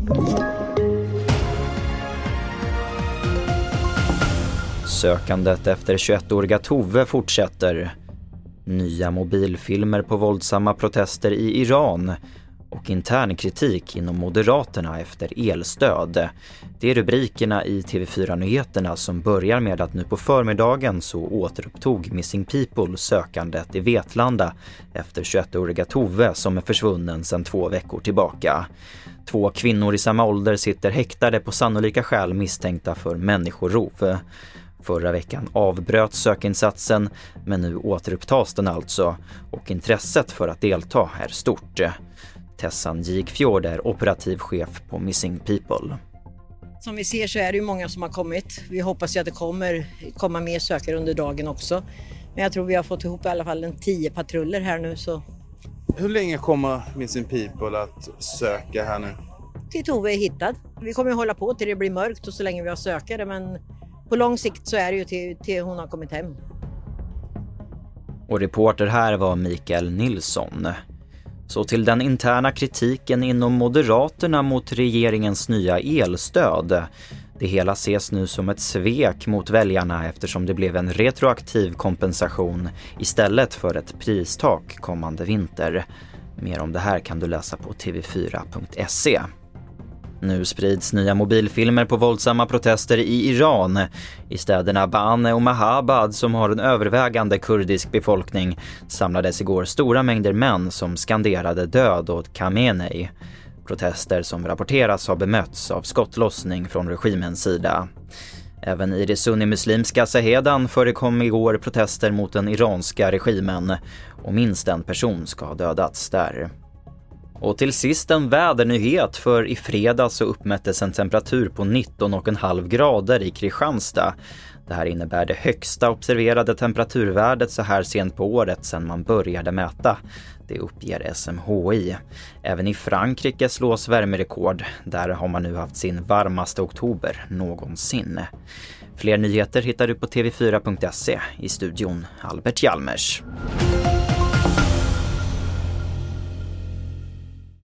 Sökandet efter 21-åriga Tove fortsätter. Nya mobilfilmer på våldsamma protester i Iran och intern kritik inom Moderaterna efter elstöd. Det är rubrikerna i TV4-nyheterna som börjar med att nu på förmiddagen så återupptog Missing People sökandet i Vetlanda efter 21-åriga Tove som är försvunnen sedan 2 veckor tillbaka. 2 kvinnor i samma ålder sitter häktade på sannolika skäl misstänkta för människorov. Förra veckan avbröt sökinsatsen, men nu återupptas den alltså och intresset för att delta är stort. Tessan Gikfjord är operativ chef på Missing People. Som vi ser så är det ju många som har kommit. Vi hoppas ju att det kommer komma mer sökare under dagen också. Men jag tror vi har fått ihop i alla fall 10 patruller här nu. Så. Hur länge kommer Missing People att söka här nu? Till Tove är hittad. Vi kommer att hålla på till det blir mörkt och så länge vi har sökare, men på lång sikt så är det ju till hon har kommit hem. Och reporter här var Mikael Nilsson. Så till den interna kritiken inom Moderaterna mot regeringens nya elstöd. Det hela ses nu som ett svek mot väljarna eftersom det blev en retroaktiv kompensation istället för ett pristak kommande vinter. Mer om det här kan du läsa på tv4.se. Nu sprids nya mobilfilmer på våldsamma protester i Iran. I städerna Bane och Mahabad som har en övervägande kurdisk befolkning samlades igår stora mängder män som skanderade död åt Khamenei. Protester som rapporteras har bemötts av skottlossning från regimens sida. Även i det sunnimuslimska Sahedan förekom igår protester mot den iranska regimen och minst en person ska ha dödats där. Och till sist en vädernyhet, för i fredags så uppmättes en temperatur på 19,5 grader i Kristianstad. Det här innebär det högsta observerade temperaturvärdet så här sent på året sedan man började mäta. Det uppger SMHI. Även i Frankrike slås värmerekord. Där har man nu haft sin varmaste oktober någonsin. Fler nyheter hittar du på tv4.se. I studion Albert Hjalmers.